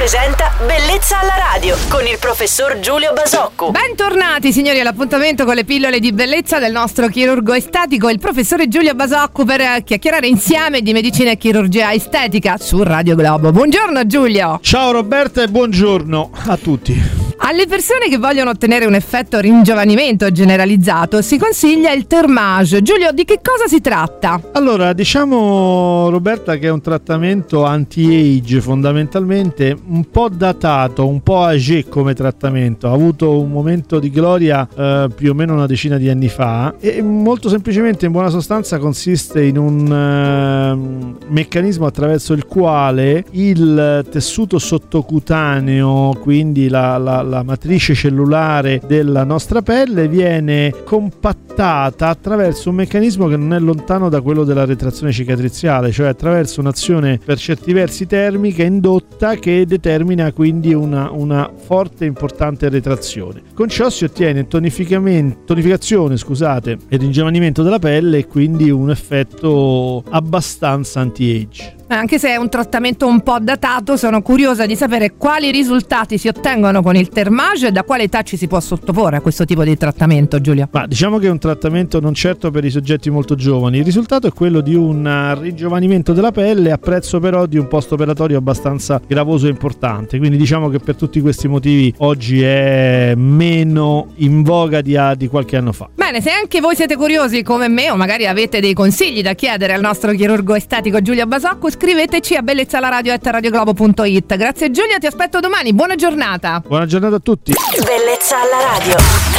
presenta Bellezza alla radio con il professor Giulio Basocco. Bentornati signori all'appuntamento con le pillole di bellezza del nostro chirurgo estetico, il professore Giulio Basocco, per chiacchierare insieme di medicina e chirurgia estetica su Radio Globo. Buongiorno Giulio. Ciao Roberta e buongiorno a tutti. Alle persone che vogliono ottenere un effetto ringiovanimento generalizzato si consiglia il Thermage. Giulio, di che cosa si tratta? Allora, diciamo Roberta che è un trattamento anti-age fondamentalmente, un po' datato, un po' âgé come trattamento. Ha avuto un momento di gloria più o meno una decina di anni fa e molto semplicemente in buona sostanza consiste in un meccanismo attraverso il quale il tessuto sottocutaneo, quindi la matrice cellulare della nostra pelle, viene compattata attraverso un meccanismo che non è lontano da quello della retrazione cicatriziale, cioè attraverso un'azione per certi versi termica indotta che determina quindi una forte e importante retrazione. Con ciò si ottiene tonificazione e ringiovanimento della pelle e quindi un effetto abbastanza anti-age. Anche se è un trattamento un po' datato, sono curiosa di sapere quali risultati si ottengono con il Thermage e da quale età ci si può sottoporre a questo tipo di trattamento, Giulio. Ma diciamo che è un trattamento non certo per i soggetti molto giovani. Il risultato è quello di un ringiovanimento della pelle a prezzo però di un post-operatorio abbastanza gravoso e importante. Quindi diciamo che per tutti questi motivi oggi è meno in voga di qualche anno fa. Bene, se anche voi siete curiosi come me o magari avete dei consigli da chiedere al nostro chirurgo estetico Giulio Basocco, scriveteci a bellezzalaradio@radioglobo.it. Grazie Giulio, ti aspetto domani. Buona giornata. Buona giornata a tutti. Bellezza alla radio.